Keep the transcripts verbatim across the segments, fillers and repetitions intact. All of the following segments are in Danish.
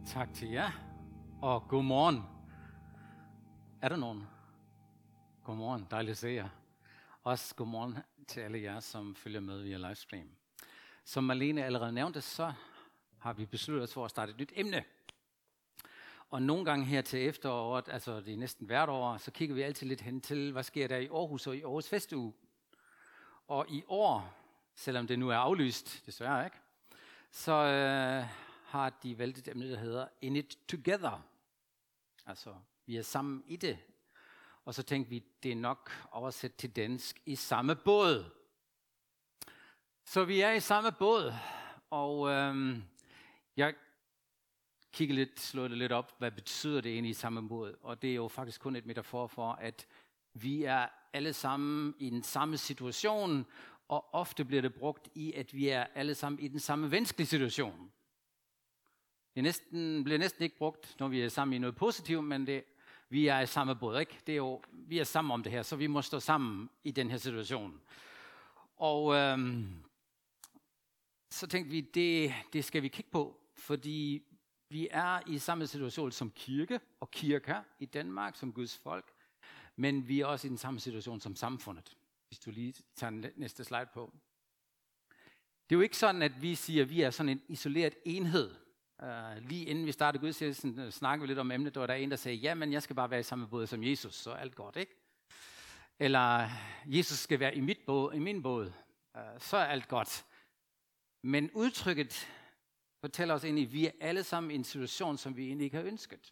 Tak til jer, og god morgen. Er der nogen? God morgen, dejligt at se jer. Også god morgen til alle jer, som følger med via livestream. Som Marlene allerede nævnte, så har vi besluttet os for at starte et nyt emne. Og nogle gange her til efteråret, altså det er næsten hvert år, så kigger vi altid lidt hen til, hvad sker der i Aarhus og i Aarhus Festuge. Og i år, selvom det nu er aflyst, desværre ikke, så øh, har de valgt et emne, der hedder In It Together. Altså, vi er sammen i det. Og så tænkte vi, det er nok oversat til dansk, i samme båd. Så vi er i samme båd, og øh, jeg kigger lidt, slår det lidt op, hvad betyder det egentlig i samme båd? Og det er jo faktisk kun et metafor for, at vi er alle sammen i den samme situation, og ofte bliver det brugt i, at vi er alle sammen i den samme vanskelige situation. Det næsten, bliver næsten ikke brugt, når vi er sammen i noget positivt, men det, vi er i samme båd, ikke? Det er jo, vi er sammen om det her, så vi må stå sammen i den her situation. Og øhm, så tænkte vi, det, det skal vi kigge på, fordi vi er i samme situation som kirke og kirker i Danmark, som Guds folk, men vi er også i den samme situation som samfundet. Hvis du lige tager den næste slide på. Det er jo ikke sådan, at vi siger, at vi er sådan en isoleret enhed. Uh, lige inden vi startede gudstjenesten, uh, snakkede vi lidt om emnet, der var der en, der sagde, ja, men jeg skal bare være i samme båd som Jesus, så er alt godt, ikke? Eller, Jesus skal være i, mit båd, i min båd, uh, så er alt godt. Men udtrykket fortæller os egentlig, at vi er alle sammen i en situation, som vi egentlig ikke har ønsket.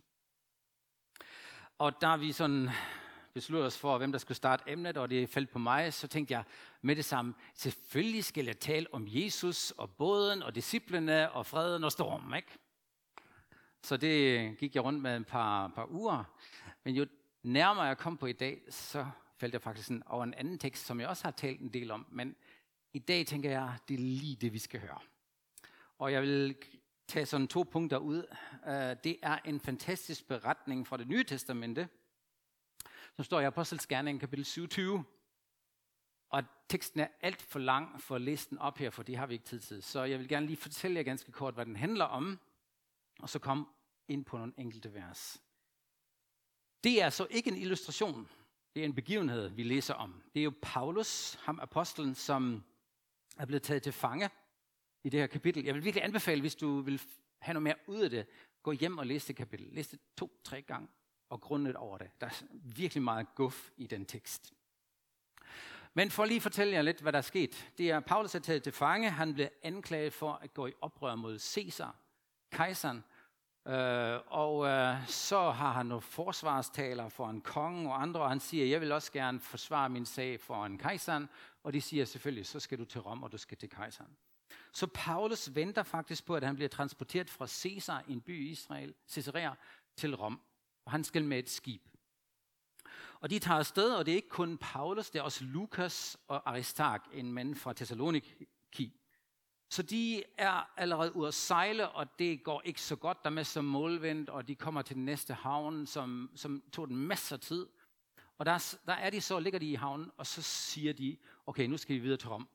Og der vi sådan besluttede os for, hvem der skulle starte emnet, og det faldt på mig, så tænkte jeg med det samme, selvfølgelig skal jeg tale om Jesus og båden og disciplene og freden og stormen, ikke? Så det gik jeg rundt med en par, par uger. Men jo nærmere jeg kom på i dag, så faldt jeg faktisk sådan over en anden tekst, som jeg også har talt en del om. Men i dag tænker jeg, det er lige det, vi skal høre. Og jeg vil tage sådan to punkter ud. Det er en fantastisk beretning fra Det Nye Testamente, som står i Apostels Gerninger, kapitel syvogtyve. Og teksten er alt for lang for at læse den op her, for det har vi ikke tid til. Så jeg vil gerne lige fortælle jer ganske kort, hvad den handler om, og så komme ind på nogle enkelte vers. Det er så ikke en illustration, det er en begivenhed, vi læser om. Det er jo Paulus, ham apostlen, som er blevet taget til fange i det her kapitel. Jeg vil virkelig anbefale, hvis du vil have noget mere ud af det, gå hjem og læse det kapitel. Læs det to-tre gange og grundet over det. Der er virkelig meget guf i den tekst. Men for lige at fortælle jer lidt, hvad der er sket. Det er, Paulus er taget til fange. Han blev anklaget for at gå i oprør mod Caesar, kejseren. Øh, og øh, så har han nogle forsvarstaler for en konge og andre, og han siger, jeg vil også gerne forsvare min sag for en kejseren. Og de siger selvfølgelig, så skal du til Rom, og du skal til kejseren. Så Paulus venter faktisk på, at han bliver transporteret fra Caesar, en by i Israel, Caesarea, til Rom. Og han skal med et skib. Og de tager afsted, og det er ikke kun Paulus, det er også Lukas og Aristark, en mand fra Thessaloniki. Så de er allerede ude at sejle, og det går ikke så godt. Der er masser af målvendt, og de kommer til den næste havn, som, som tog den masser af tid. Og der, der er de så, ligger de i havnen, og så siger de, okay, nu skal vi videre til Rom.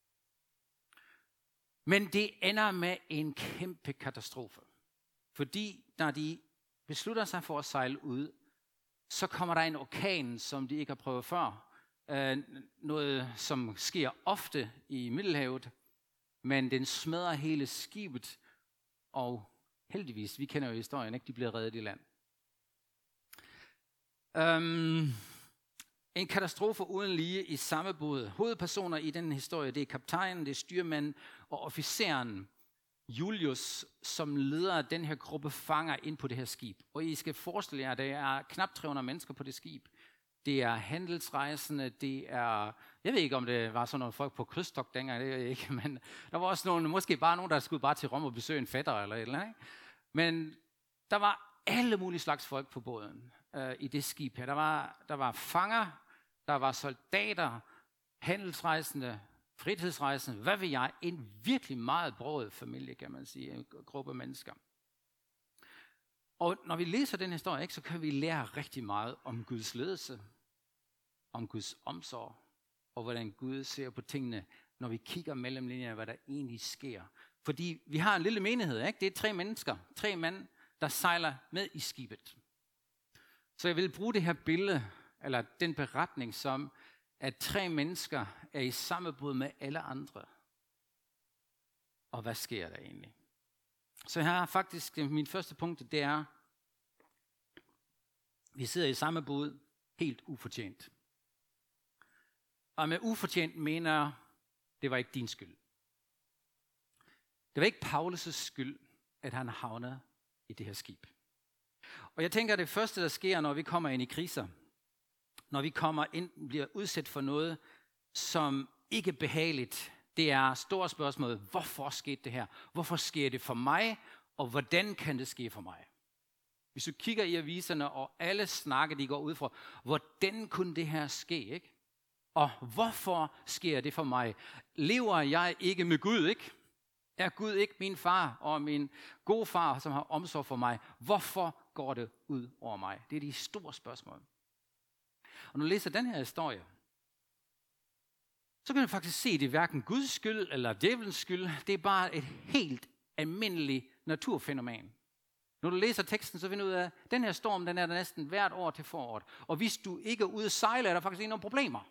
Men det ender med en kæmpe katastrofe. Fordi når de beslutter sig for at sejle ud, så kommer der en orkan, som de ikke har prøvet før. Øh, noget, som sker ofte i Middelhavet, men den smadrer hele skibet, og heldigvis, vi kender jo historien, ikke? De bliver reddet i land. Um, en katastrofe uden lige i samme båd. Hovedpersoner i den historie, det er kaptajnen, det er styrmanden og officeren, Julius, som leder den her gruppe fanger ind på det her skib. Og I skal forestille jer, at der er knap tre hundrede mennesker på det skib. Det er handelsrejsende, det er, jeg ved ikke om det var sådan nogle folk på krydstogt dengang, det ved jeg ikke, men der var også nogle, måske bare nogen, der skulle bare til Rom og besøge en fætter eller et eller andet. Men der var alle mulige slags folk på båden øh, i det skib her. Der var, der var fanger, der var soldater, handelsrejsende, fritidsrejsende, hvad ved jeg, en virkelig meget broget familie, kan man sige, en gruppe mennesker. Og når vi læser den historie, ikke, så kan vi lære rigtig meget om Guds ledelse, om Guds omsorg, og hvordan Gud ser på tingene, når vi kigger mellem linjerne, hvad der egentlig sker. Fordi vi har en lille menighed, ikke? Det er tre mennesker, tre mænd, der sejler med i skibet. Så jeg vil bruge det her billede, eller den beretning, som at tre mennesker er i samme båd med alle andre. Og hvad sker der egentlig? Så her er faktisk min første punkt, det er, vi sidder i samme båd helt ufortjent. Og med ufortjent mener jeg, det var ikke din skyld. Det var ikke Paulus' skyld, at han havnede i det her skib. Og jeg tænker, at det første, der sker, når vi kommer ind i kriser, når vi kommer ind, bliver udsat for noget, som ikke er behageligt, det er store spørgsmål, hvorfor skete det her? Hvorfor sker det for mig? Og hvordan kan det ske for mig? Hvis du kigger i aviserne, og alle snakker, de går ud fra, hvordan kunne det her ske, ikke? Og hvorfor sker det for mig? Lever jeg ikke med Gud, ikke? Er Gud ikke min far og min gode far, som har omsorg for mig? Hvorfor går det ud over mig? Det er de store spørgsmål. Og når du læser den her historie, så kan du faktisk se, at det er hverken Guds skyld eller djævelens skyld. Det er bare et helt almindeligt naturfænomen. Når du læser teksten, så finder du ud af, at den her storm, den er der næsten hvert år til foråret. Og hvis du ikke er ude at sejle, er der faktisk ikke nogen problemer.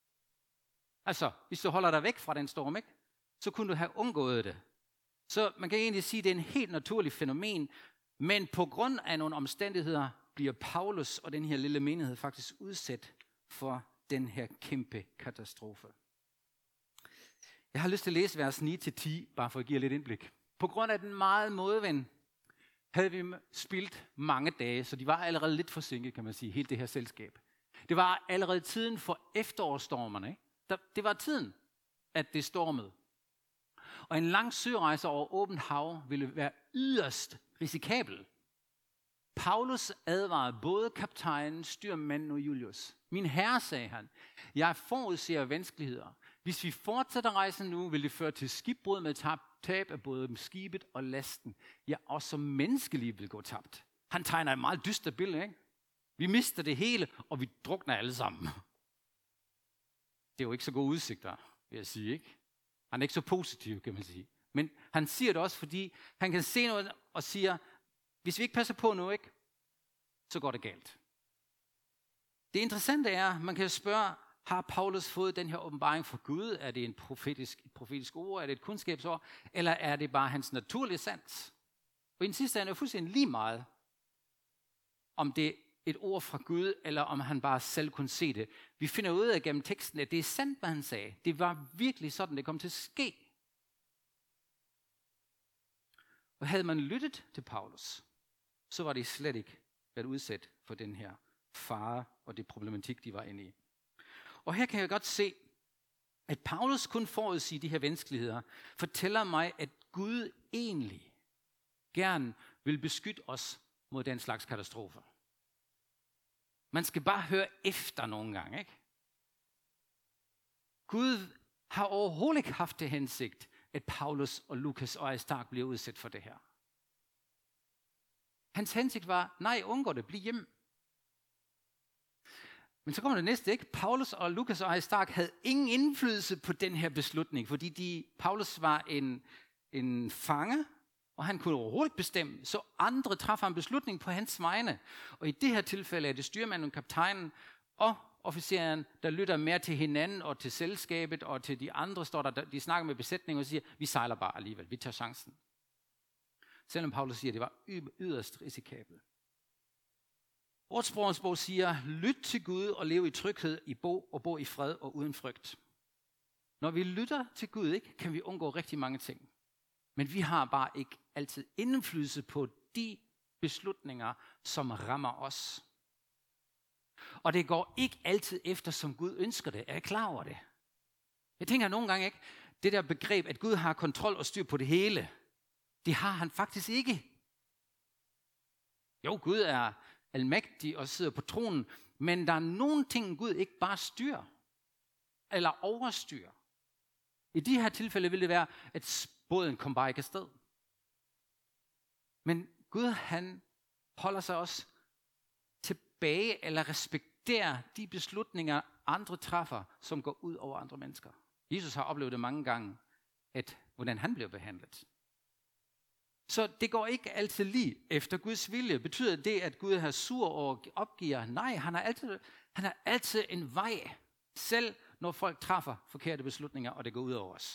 Altså, hvis du holder dig væk fra den storm, ikke, så kunne du have undgået det. Så man kan egentlig sige, at det er en helt naturlig fænomen, men på grund af nogle omstændigheder bliver Paulus og den her lille menighed faktisk udsat for den her kæmpe katastrofe. Jeg har lyst til at læse vers ni til ti, bare for at give lidt indblik. På grund af den meget modvind havde vi spildt mange dage, så de var allerede lidt forsinket, kan man sige, helt det her selskab. Det var allerede tiden for efterårsstormerne, ikke? Det var tiden, at det stormede. Og en lang sørejse over åbent hav ville være yderst risikabel. Paulus advarede både kaptajnen, styrmanden og Julius. Min herre, sagde han, jeg forudser vanskeligheder. Hvis vi fortsætter rejsen nu, vil det føre til skibbrud med tab, tab af både skibet og lasten. Ja, også menneskeliv vil gå tabt. Han tegner et meget dyster billede, ikke? Vi mister det hele, og vi drukner alle sammen. Det er jo ikke så gode udsigter, vil jeg sige, ikke? Han er ikke så positiv, kan man sige. Men han siger det også, fordi han kan se noget og siger, hvis vi ikke passer på nu, ikke, så går det galt. Det interessante er, man kan spørge, har Paulus fået den her åbenbaring fra Gud? Er det en profetisk, et profetisk ord? Er det et kundskabsord? Eller er det bare hans naturlige sans? Og i den sidste ende er det fuldstændig lige meget, om det er et ord fra Gud, eller om han bare selv kunne se det. Vi finder ud af gennem teksten, at det er sandt, hvad han sagde. Det var virkelig sådan, det kom til at ske. Og havde man lyttet til Paulus, så var de slet ikke været udsat for den her fare og det problematik, de var inde i. Og her kan jeg godt se, at Paulus kun forudsige de her vanskeligheder, fortæller mig, at Gud egentlig gerne vil beskytte os mod den slags katastrofer. Man skal bare høre efter nogle gange, ikke? Gud har overhovedet ikke haft det hensigt, at Paulus og Lukas og Aristark bliver udsat for det her. Hans hensigt var, nej, undgå det, bliv hjemme. Men så kommer det næste, ikke? Paulus og Lukas og Aristark havde ingen indflydelse på den her beslutning, fordi de, Paulus var en, en fange, og han kunne overhovedet ikke bestemme, så andre træffer en beslutning på hans vegne. Og i det her tilfælde er det styrmanden, kaptajnen og officeren, der lytter mere til hinanden og til selskabet, og til de andre står der, de snakker med besætningen og siger, vi sejler bare alligevel, vi tager chancen. Selvom Paulus siger, at det var yderst risikabelt. Ordsprogens bog siger, lyt til Gud og lev i tryghed i bo og bo i fred og uden frygt. Når vi lytter til Gud, ikke, kan vi undgå rigtig mange ting. Men vi har bare ikke altid indflydelse på de beslutninger, som rammer os. Og det går ikke altid efter, som Gud ønsker det. Er jeg klar over det? Jeg tænker nogle gange ikke, det der begreb, at Gud har kontrol og styr på det hele, det har han faktisk ikke. Jo, Gud er almægtig og sidder på tronen, men der er nogle ting, Gud ikke bare styrer eller overstyrer. I de her tilfælde vil det være, at båden kom bare ikke afsted. Men Gud, han holder sig også tilbage eller respekterer de beslutninger, andre træffer, som går ud over andre mennesker. Jesus har oplevet det mange gange, at hvordan han blev behandlet. Så det går ikke altid lige efter Guds vilje. Betyder det, at Gud er sur og opgiver? Nej, han har altid, han har altid en vej, selv når folk træffer forkerte beslutninger, og det går ud over os.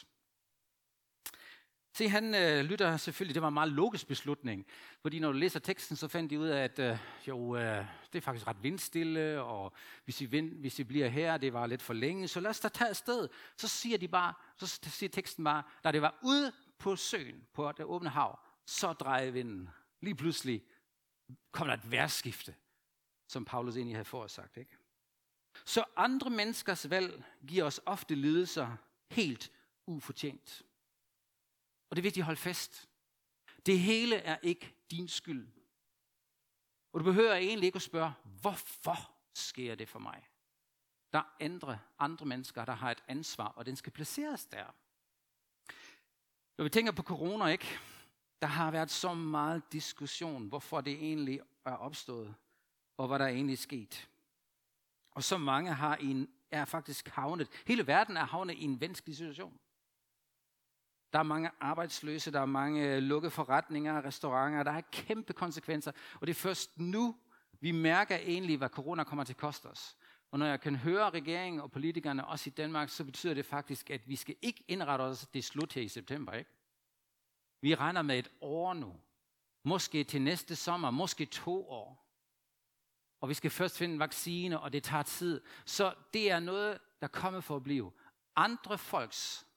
Se, han øh, lytter selvfølgelig, det var en meget logisk beslutning, fordi når du læser teksten, så fandt de ud af, at øh, jo, øh, det er faktisk ret vindstille, og hvis vi, vind, hvis vi bliver her, det var lidt for længe, så lad os da tage afsted. Så siger de bare, så siger teksten bare, da det var ude på søen, på det åbne hav, så drejede vinden. Lige pludselig kom der et vejrskifte, som Paulus egentlig havde forudsagt, ikke? Så andre menneskers valg giver os ofte lidelser helt ufortjent. Og det er vigtigt at holde fast. Det hele er ikke din skyld. Og du behøver egentlig ikke at spørge, hvorfor sker det for mig? Der er andre, andre mennesker, der har et ansvar, og den skal placeres der. Når vi tænker på corona, ikke? Der har været så meget diskussion, hvorfor det egentlig er opstået, og hvad der egentlig er sket. Og så mange har en, er faktisk havnet, hele verden er havnet i en vanskelig situation. Der er mange arbejdsløse, der er mange lukkede forretninger, restauranter, der har kæmpe konsekvenser. Og det er først nu, vi mærker egentlig, hvad corona kommer til at koste os. Og når jeg kan høre regeringen og politikerne, også i Danmark, så betyder det faktisk, at vi skal ikke indrette os, det er slut her i september, ikke? Vi regner med et år nu. Måske til næste sommer, måske to år. Og vi skal først finde en vaccine, og det tager tid. Så det er noget, der kommer for at blive. Andre folks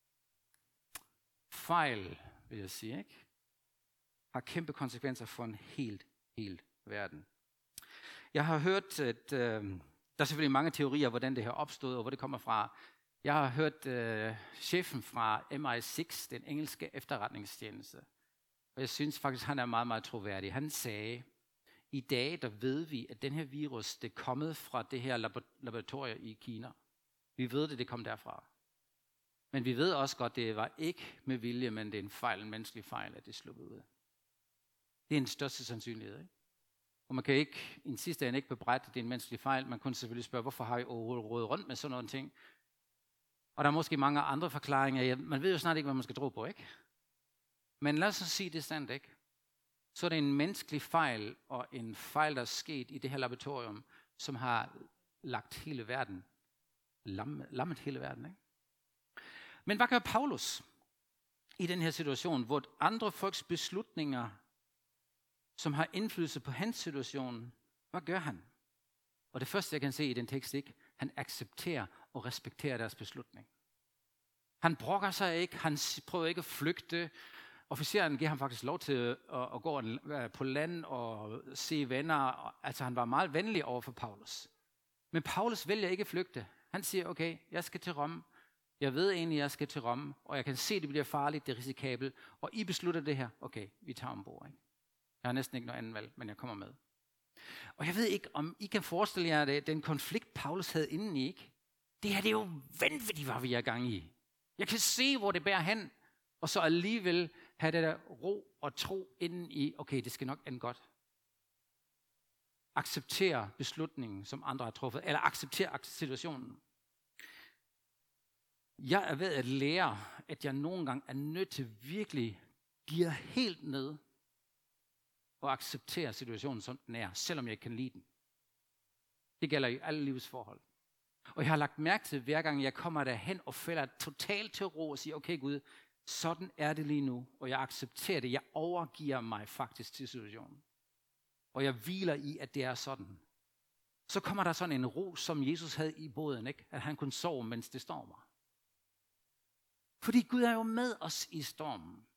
fejl, vil jeg sige, ikke? Har kæmpe konsekvenser for en helt, helt verden. Jeg har hørt, at øh, der er selvfølgelig mange teorier, hvordan det her opstod, og hvor det kommer fra. Jeg har hørt øh, chefen fra M I seks, den engelske efterretningstjeneste, og jeg synes faktisk, han er meget, meget troværdig. Han sagde, i dag, der ved vi, at den her virus, det er kommet fra det her laboratorium i Kina. Vi ved det, det kom derfra. Men vi ved også godt, det var ikke med vilje, men det er en fejl, en menneskelig fejl, at det sluppet ud. Det er en største sandsynlighed, ikke? Og man kan ikke, i en sidste ende ikke bebrejde, at det er en menneskelig fejl. Man kunne selvfølgelig spørge, hvorfor har I overhovedet rundt med sådan nogle ting? Og der er måske mange andre forklaringer. Man ved jo snart ikke, hvad man skal tro på, ikke? Men lad os så sige, det er sandt, ikke? Så er det en menneskelig fejl, og en fejl, der er sket i det her laboratorium, som har lagt hele verden, lammet, lammet hele verden, ikke? Men hvad gør Paulus i den her situation, hvor andre folks beslutninger, som har indflydelse på hans situation, hvad gør han? Og det første, jeg kan se i den tekst, ikke? Han accepterer og respekterer deres beslutning. Han brokker sig ikke, han prøver ikke at flygte. Officeren giver ham faktisk lov til at, at gå på land og se venner. Altså han var meget venlig over for Paulus. Men Paulus vælger ikke at flygte. Han siger, okay, jeg skal til Rom. Jeg ved egentlig, jeg skal til Rom, og jeg kan se, det bliver farligt, det er risikabelt. Og I beslutter det her. Okay, vi tager ombord, ikke? Jeg har næsten ikke noget andet valg, men jeg kommer med. Og jeg ved ikke, om I kan forestille jer det, den konflikt, Paulus havde inden i, ikke? Det her, det er jo vanvittigt, hvad vi er i gang i. Jeg kan se, hvor det bærer hen, og så alligevel have det der ro og tro inden i, okay, det skal nok ende godt. Acceptere beslutningen, som andre har truffet, eller acceptere situationen. Jeg er ved at lære, at jeg nogle gange er nødt til virkelig give helt ned og acceptere situationen, som den er, selvom jeg ikke kan lide den. Det gælder i alle livets forhold. Og jeg har lagt mærke til, hver gang jeg kommer derhen og falder totalt til ro og siger, okay Gud, sådan er det lige nu, og jeg accepterer det. Jeg overgiver mig faktisk til situationen. Og jeg hviler i, at det er sådan. Så kommer der sådan en ro, som Jesus havde i båden, ikke? At han kunne sove, mens det stormer. Fordi Gud er jo med os i stormen.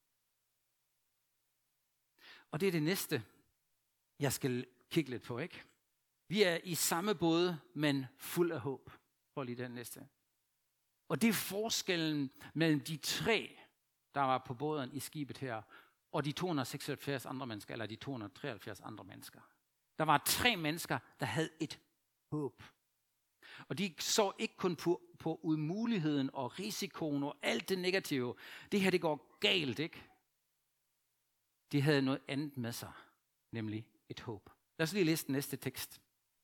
Og det er det næste, jeg skal kigge lidt på, ikke? Vi er i samme båd, men fuld af håb. Prøv lige den næste. Og det er forskellen mellem de tre, der var på båden i skibet her, og de to hundrede og seksoghalvfjerds andre mennesker, eller de to hundrede og treoghalvfjerds andre mennesker. Der var tre mennesker, der havde et håb. Og de så ikke kun på, på umuligheden og risikoen og alt det negative. Det her, det går galt, ikke? De havde noget andet med sig, nemlig et håb. Lad os lige læse den næste tekst.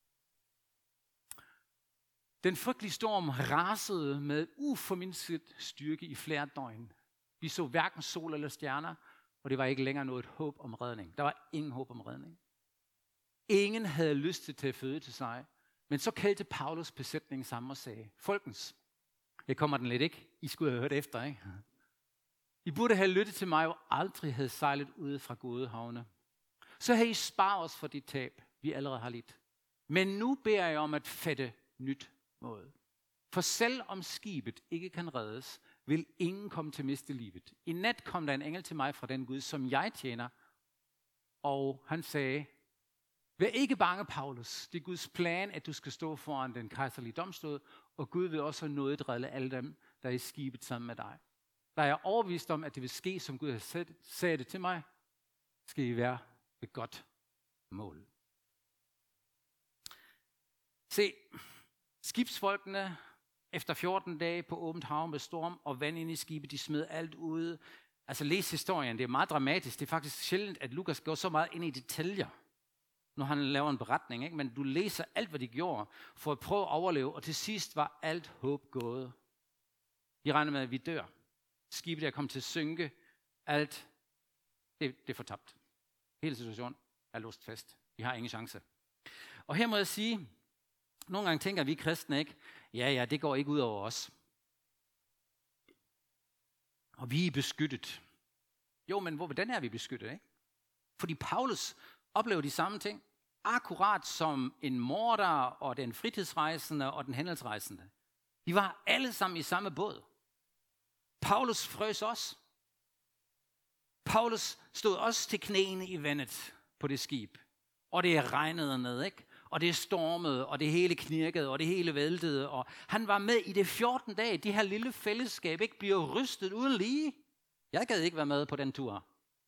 Den frygtelige storm rasede med uformindsket styrke i flere døgn. Vi så hverken sol eller stjerner, og det var ikke længere noget håb om redning. Der var ingen håb om redning. Ingen havde lyst til at føde til sig. Men så kaldte Paulus besætningen sammen og sagde, folkens, jeg kommer den lidt ikke. I skulle have hørt efter, ikke? I burde have lyttet til mig, og aldrig havde sejlet ude fra gode havne. Så havde I sparet os for dit tab, vi allerede har lidt. Men nu beder jeg om at fatte nyt mod. For selv om skibet ikke kan reddes, vil ingen komme til at miste livet. I nat kom der en engel til mig fra den Gud, som jeg tjener, og han sagde, vær ikke bange, Paulus. Det er Guds plan, at du skal stå foran den kejserlige domstol, og Gud vil også have noget drille alle dem, der er i skibet sammen med dig. Der er jeg overbevist om, at det vil ske, som Gud har sagt det til mig, skal I være ved godt mål. Se, skibsfolkene efter fjorten dage på åbent hav med storm og vand ind i skibet, de smed alt ude. Altså læs historien, det er meget dramatisk. Det er faktisk sjældent, at Lukas går så meget ind i detaljer, når han laver en beretning. Ikke? Men du læser alt, hvad de gjorde, for at prøve at overleve, og til sidst var alt håb gået. De regner med, at vi dør. Skibet er kommet til at synke. Alt, det, det er fortabt. Hele situationen er låst fast. Vi har ingen chance. Og her må jeg sige, nogle gange tænker vi kristne ikke, ja, ja, det går ikke ud over os. Og vi er beskyttet. Jo, men hvordan er vi beskyttet, ikke? Fordi Paulus oplever de samme ting, akkurat som en morder og den fritidsrejsende og den handelsrejsende. De var alle sammen i samme båd. Paulus frøs også. Paulus stod også til knæene i vandet på det skib. Og det regnede ned, ikke? Og det stormede, og det hele knirkede, og det hele væltede. Og han var med i det fjorten dage. Det her lille fællesskab ikke bliver rystet uden lige. Jeg gad ikke være med på den tur.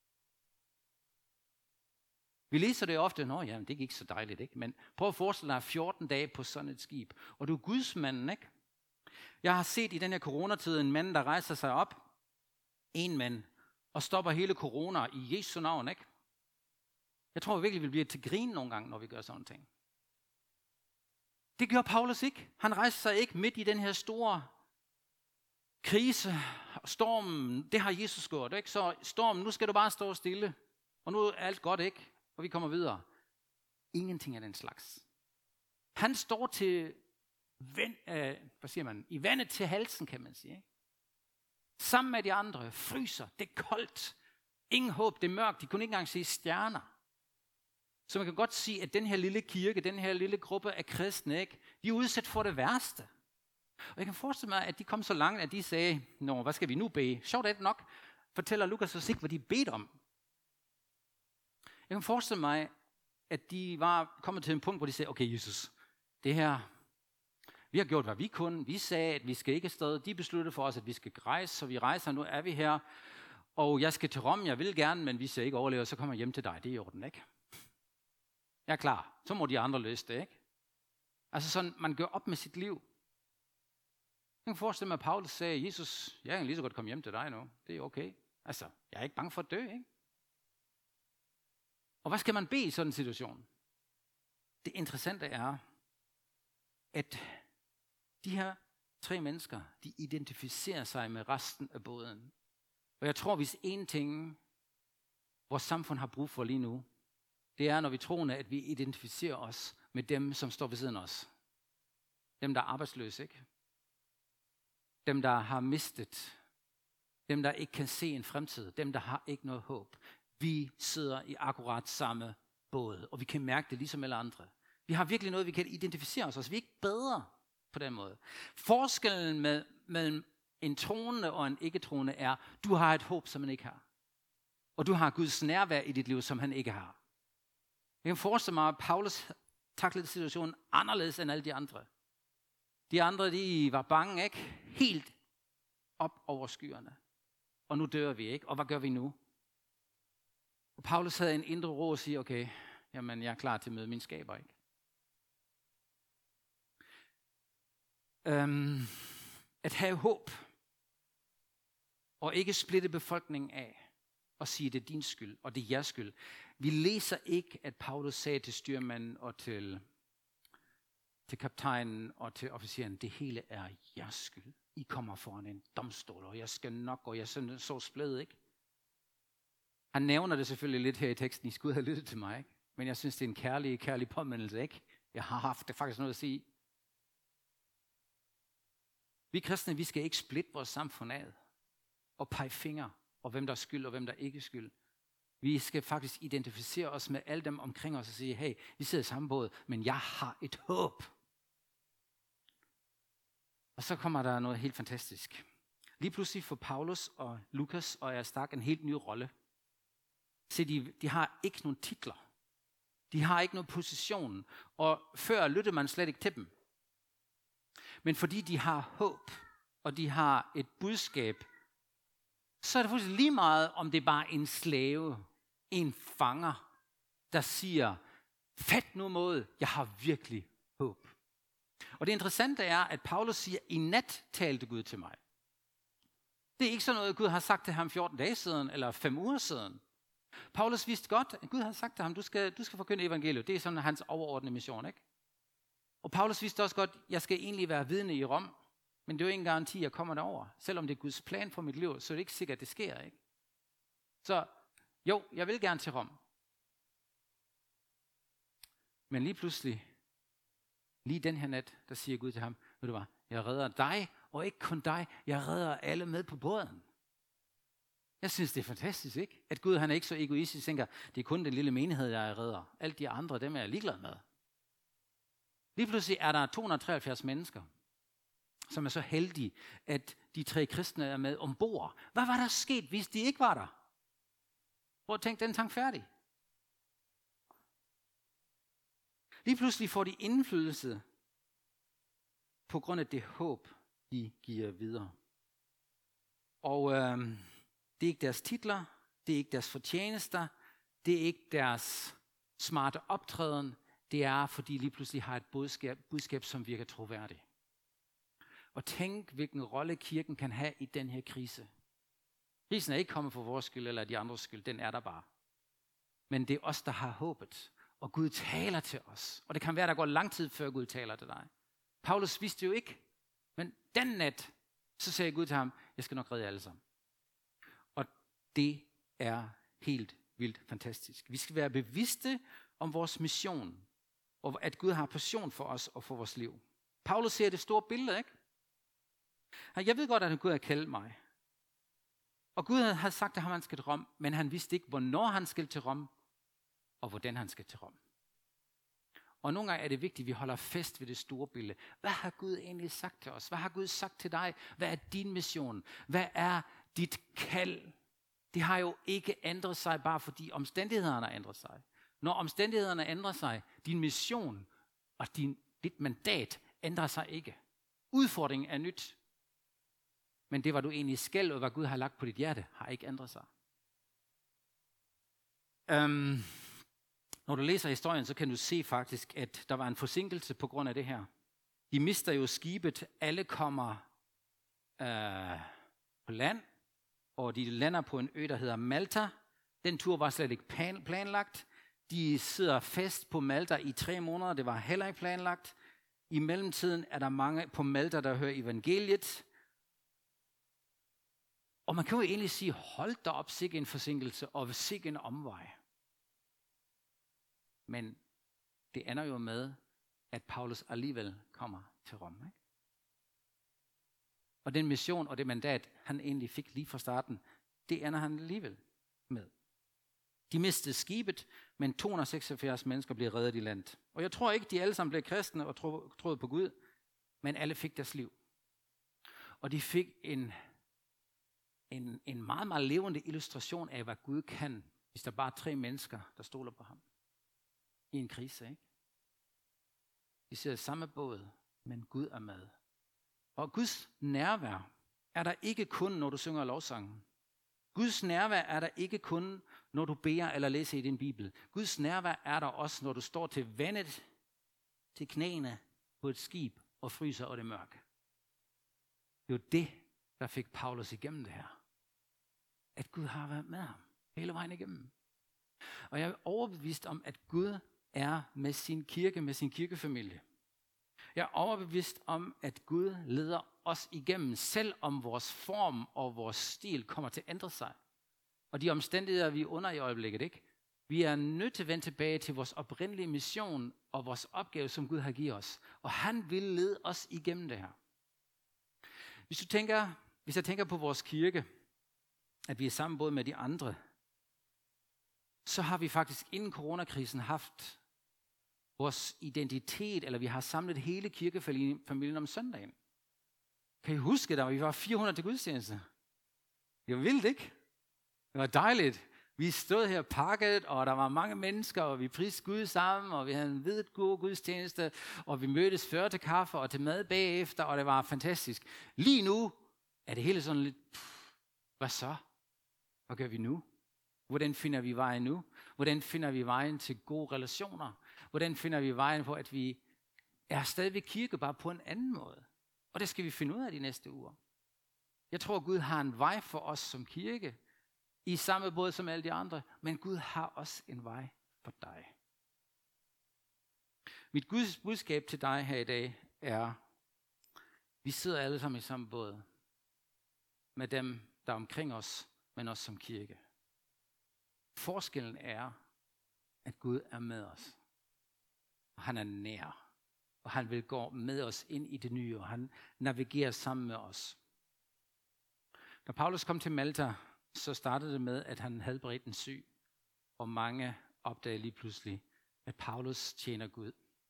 Vi læser det ofte, nå ja, det gik så dejligt, ikke? Men prøv at forestille dig fjorten dage på sådan et skib. Og du er gudsmanden, ikke? Jeg har set i den her coronatid en mand, der rejser sig op. En mand. Og stopper hele corona i Jesu navn, ikke? Jeg tror virkelig, vi bliver til grin nogle gange, når vi gør sådan ting. Det gør Paulus ikke. Han rejser sig ikke midt i den her store krise. Stormen, det har Jesus gjort, ikke? Så stormen, nu skal du bare stå stille. Og nu er alt godt, ikke? Og vi kommer videre. Ingenting af den slags. Han står til vand, øh, hvad siger man, i vandet til halsen, kan man sige. Ikke? Sammen med de andre, fryser, det er koldt. Ingen håb, det er mørkt, de kunne ikke engang se stjerner. Så man kan godt sige, at den her lille kirke, den her lille gruppe af kristne, ikke, de er udsat for det værste. Og jeg kan forestille mig, at de kom så langt, at de sagde, nå, hvad skal vi nu bede? Sjovt er det nok, fortæller Lukas os ikke, hvad de bedte om. Jeg kan forestille mig, at de var kommet til en punkt, hvor de sagde, okay Jesus, det her, vi har gjort, hvad vi kunne. Vi sagde, at vi skal ikke afsted. De besluttede for os, at vi skal rejse, så vi rejser. Nu er vi her, og jeg skal til Rom. Jeg vil gerne, men hvis jeg ikke overlever, så kommer jeg hjem til dig. Det er i orden, ikke? Jeg er klar. Så må de andre løse det, ikke? Altså sådan, man gør op med sit liv. Jeg kan forestille mig, at Paulus sagde, Jesus, jeg kan lige så godt komme hjem til dig nu. Det er okay. Altså, jeg er ikke bange for at dø, ikke? Og hvad skal man bede i sådan en situation? Det interessante er, at de her tre mennesker, de identificerer sig med resten af båden. Og jeg tror, hvis en ting, vores samfund har brug for lige nu, det er, når vi troende, at vi identificerer os med dem, som står ved siden af os. Dem, der er arbejdsløse, ikke? Dem, der har mistet. Dem, der ikke kan se en fremtid. Dem, der har ikke noget håb. Vi sidder i akkurat samme båd, og vi kan mærke det ligesom alle andre. Vi har virkelig noget, vi kan identificere os. Vi er ikke bedre på den måde. Forskellen med, mellem en troende og en ikke-troende er, du har et håb, som man ikke har. Og du har Guds nærvær i dit liv, som han ikke har. Jeg kan forestille mig, at Paulus taklede situationen anderledes end alle de andre. De andre, de var bange, ikke? Helt op over skyerne. Og nu dør vi, ikke? Og hvad gør vi nu? Og Paulus havde en indre ro og siger, okay, jamen jeg er klar til at møde min skaber, ikke? Øhm, at have håb, og ikke splitte befolkningen af, og sige, det er din skyld, og det er jeres skyld. Vi læser ikke, at Paulus sagde til styrmanden og til, til kaptajnen og til officeren, det hele er jeres skyld. I kommer foran en domstol, og jeg skal nok, og jeg så, så splæd, ikke? Han nævner det selvfølgelig lidt her i teksten, I skulle have lyttet til mig, ikke? Men jeg synes, det er en kærlig, kærlig påmindelse, ikke? Jeg har haft det faktisk noget at sige. Vi kristne, vi skal ikke splitte vores samfund ad og pege fingre, og hvem der er skyld, og hvem der ikke er skyld. Vi skal faktisk identificere os med alle dem omkring os og sige, hey, vi sidder i samme båd, men jeg har et håb. Og så kommer der noget helt fantastisk. Lige pludselig får Paulus og Lukas og Aristark en helt ny rolle. Se, de, de har ikke nogen titler. De har ikke nogen position. Og før lyttede man slet ikke til dem. Men fordi de har håb, og de har et budskab, så er det fuldstændig lige meget, om det er bare en slave, en fanger, der siger, fedt nu mod, jeg har virkelig håb. Og det interessante er, at Paulus siger, i nat talte Gud til mig. Det er ikke sådan noget, Gud har sagt til ham fjorten dage siden, eller fem uger siden. Paulus vidste godt, at Gud har sagt til ham, du skal, du skal forkynde evangeliet. Det er sådan hans overordnede mission, ikke? Og Paulus vidste også godt, jeg skal egentlig være vidne i Rom, men det er jo ikke en garanti, at jeg kommer derover. Selvom det er Guds plan for mit liv, så er det ikke sikkert, at det sker, ikke? Så jo, jeg vil gerne til Rom. Men lige pludselig, lige den her nat, der siger Gud til ham, ved du hvad, jeg redder dig, og ikke kun dig, jeg redder alle med på båden. Jeg synes, det er fantastisk, ikke? At Gud, han er ikke så egoistisk, tænker, det er kun den lille menighed, jeg redder. Alt de andre, dem er jeg ligeglad med. Lige pludselig er der to hundrede og treoghalvfjerds mennesker, som er så heldige, at de tre kristne er med ombord. Hvad var der sket, hvis de ikke var der? Prøv at tænke den tanke færdig. Lige pludselig får de indflydelse på grund af det håb, de giver videre. Og øh, det er ikke deres titler, det er ikke deres fortjenester, det er ikke deres smarte optræden, det er, fordi lige pludselig har et budskab, budskab som virker troværdigt. Og tænk, hvilken rolle kirken kan have i den her krise. Krisen er ikke kommet for vores skyld eller de andres skyld, den er der bare. Men det er os, der har håbet, og Gud taler til os. Og det kan være, at der går lang tid, før Gud taler til dig. Paulus vidste jo ikke, men den nat, så sagde Gud til ham, jeg skal nok redde jer alle sammen. Og det er helt vildt fantastisk. Vi skal være bevidste om vores mission, og at Gud har passion for os og for vores liv. Paulus ser det store billede, ikke? Jeg ved godt, at Gud har kaldt mig. Og Gud havde sagt til ham, at han skal til Rom, men han vidste ikke, hvornår han skal til Rom, og hvordan han skal til Rom. Og nogle gange er det vigtigt, at vi holder fast ved det store billede. Hvad har Gud egentlig sagt til os? Hvad har Gud sagt til dig? Hvad er din mission? Hvad er dit kald? Det har jo ikke ændret sig, bare fordi omstændighederne har ændret sig. Når omstændighederne ændrer sig, din mission og din, dit mandat ændrer sig ikke. Udfordringen er nyt. Men det, hvad du egentlig skal, og hvad Gud har lagt på dit hjerte, har ikke ændret sig. Um, når du læser historien, så kan du se faktisk, at der var en forsinkelse på grund af det her. De mister jo skibet. Alle kommer uh, på land, og de lander på en ø, der hedder Malta. Den tur var slet ikke planlagt. De sidder fast på Malta i tre måneder. Det var heller ikke planlagt. I mellemtiden er der mange på Malta, der hører evangeliet. Og man kan jo egentlig sige, hold da op, sikke en forsinkelse og sikke en omvej. Men det ender jo med, at Paulus alligevel kommer til Rom. Ikke? Og den mission og det mandat, han egentlig fik lige fra starten, det ender han alligevel med. De mistede skibet, men to hundrede og seksoghalvfjerds mennesker blev reddet i land. Og jeg tror ikke, de alle sammen blev kristne og tro, troede på Gud, men alle fik deres liv. Og de fik en, en, en meget, meget levende illustration af, hvad Gud kan, hvis der bare er tre mennesker, der stoler på ham. I en krise, ikke? De sidder i samme båd, men Gud er med. Og Guds nærvær er der ikke kun, når du synger lovsangen. Guds nærvær er der ikke kun, når du beder eller læser i din bibel. Guds nærvær er der også, når du står til vandet, til knæene på et skib og fryser og det er mørke. Det er jo det, der fik Paulus igennem det her. At Gud har været med ham hele vejen igennem. Og jeg er overbevist om, at Gud er med sin kirke, med sin kirkefamilie. Jeg er overbevist om, at Gud leder os igennem, selv om vores form og vores stil kommer til at ændre sig. og de omstændigheder, vi er under i øjeblikket, ikke? Vi er nødt til at vende tilbage til vores oprindelige mission og vores opgave, som Gud har givet os. Og han vil lede os igennem det her. Hvis du tænker, hvis jeg tænker på vores kirke, at vi er sammen både med de andre, så har vi faktisk inden coronakrisen haft vores identitet, eller vi har samlet hele kirkefamilien om søndagen. Kan I huske, da vi var fire hundrede til gudstjeneste? Det var vildt, ikke? Det var dejligt. Vi stod her pakket, og der var mange mennesker, og vi priste Gud sammen, og vi havde en vidt god gudstjeneste, og vi mødtes før til kaffe og til mad bagefter, og det var fantastisk. Lige nu er det hele sådan lidt, pff, hvad så? Hvad gør vi nu? Hvordan finder vi vejen nu? Hvordan finder vi vejen til gode relationer? Hvordan finder vi vejen på, at vi er stadigvæk kirke, bare på en anden måde? Og det skal vi finde ud af de næste uger. Jeg tror, Gud har en vej for os som kirke, i samme båd som alle de andre, men Gud har også en vej for dig. Mit Guds budskab til dig her i dag er, vi sidder alle sammen i samme båd, med dem, der er omkring os, men også som kirke. Forskellen er, at Gud er med os. Og han er nær. Og han vil gå med os ind i det nye, og han navigerer sammen med os. Da Paulus kom til Malta, så startede det med, at han helbredte en syg, og mange opdagede lige pludselig, at Paulus tjener Gud.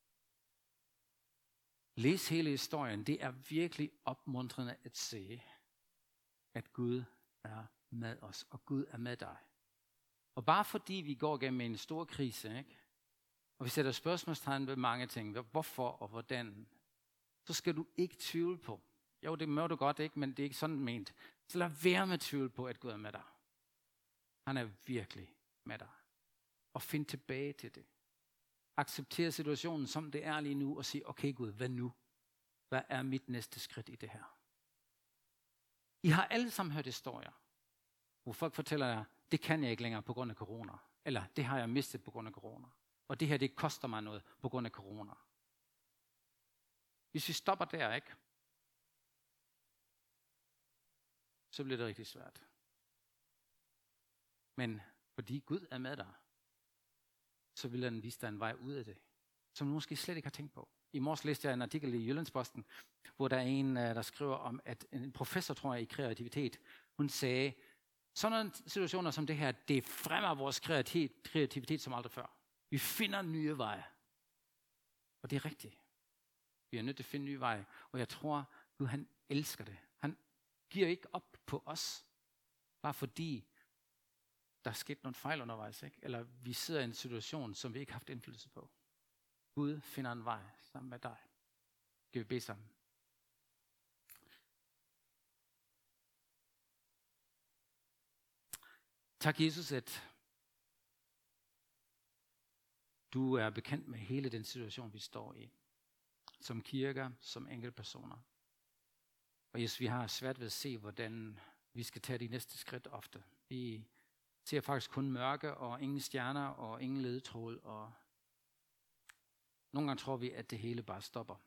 Læs hele historien. Det er virkelig opmuntrende at se, at Gud er med os, og Gud er med dig. Og bare fordi vi går gennem en stor krise, ikke? Og vi sætter spørgsmålstegn ved mange ting, hvorfor og hvordan, så skal du ikke tvivle på. Jo, det må du godt, ikke, men det er ikke sådan ment. Så lad være med at tvivle på, at Gud er med dig. Han er virkelig med dig. Og find tilbage til det. Accepter situationen, som det er lige nu, og sig, okay Gud, hvad nu? Hvad er mit næste skridt i det her? I har alle sammen hørt historier, hvor folk fortæller jer, det kan jeg ikke længere på grund af corona. Eller det har jeg mistet på grund af corona. Og det her, det koster mig noget på grund af corona. Hvis vi stopper der, ikke? Så bliver det rigtig svært. Men fordi Gud er med dig, så vil han vise dig en vej ud af det, som du måske slet ikke har tænkt på. I morges læste jeg en artikel i Jyllandsposten, hvor der er en, der skriver om, at en professor, tror jeg, i kreativitet, hun sagde, sådan nogle situationer som det her, det fremmer vores kreativitet, kreativitet som aldrig før. Vi finder nye veje. Og det er rigtigt. Vi er nødt til at finde nye veje. Og jeg tror, Gud han elsker det. Han giver ikke op på os, bare fordi der er sket nogle fejl undervejs, ikke? Eller vi sidder i en situation, som vi ikke har haft indflydelse på. Gud finder en vej sammen med dig. Skal vi bede sammen? Tak Jesus, at du er bekendt med hele den situation, vi står i. Som kirker, som enkeltpersoner. Og Jesus, vi har svært ved at se, hvordan vi skal tage de næste skridt ofte. Vi ser faktisk kun mørke og ingen stjerner og ingen ledetråd. Og nogle gange tror vi, at det hele bare stopper.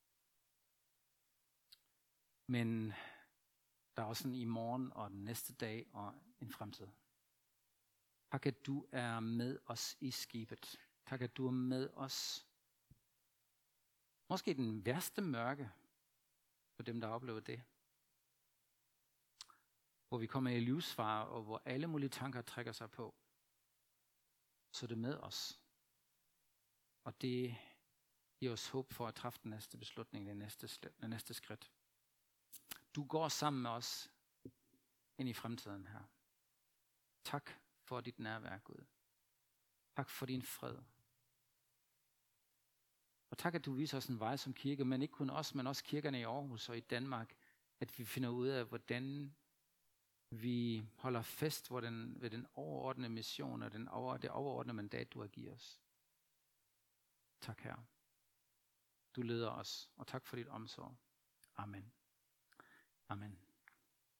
Men der er også en i morgen og den næste dag og en fremtid. Tak, at du er med os i skibet. Tak, at du er med os. Måske den værste mørke for dem, der oplever det. Hvor vi kommer i livsfare, og hvor alle mulige tanker trækker sig på. Så er det med os. Og det giver os håb for at træffe den næste beslutning, det næste, det næste skridt. Du går sammen med os ind i fremtiden her. Tak for dit nærvær, Gud. Tak for din fred. Og tak, at du viser os en vej som kirke, men ikke kun os, men også kirkerne i Aarhus og i Danmark, at vi finder ud af, hvordan vi holder fast ved den, ved den overordnede mission og den over, det overordnede mandat, du har givet os. Tak, Herre. Du leder os, og tak for dit omsorg. Amen. Amen.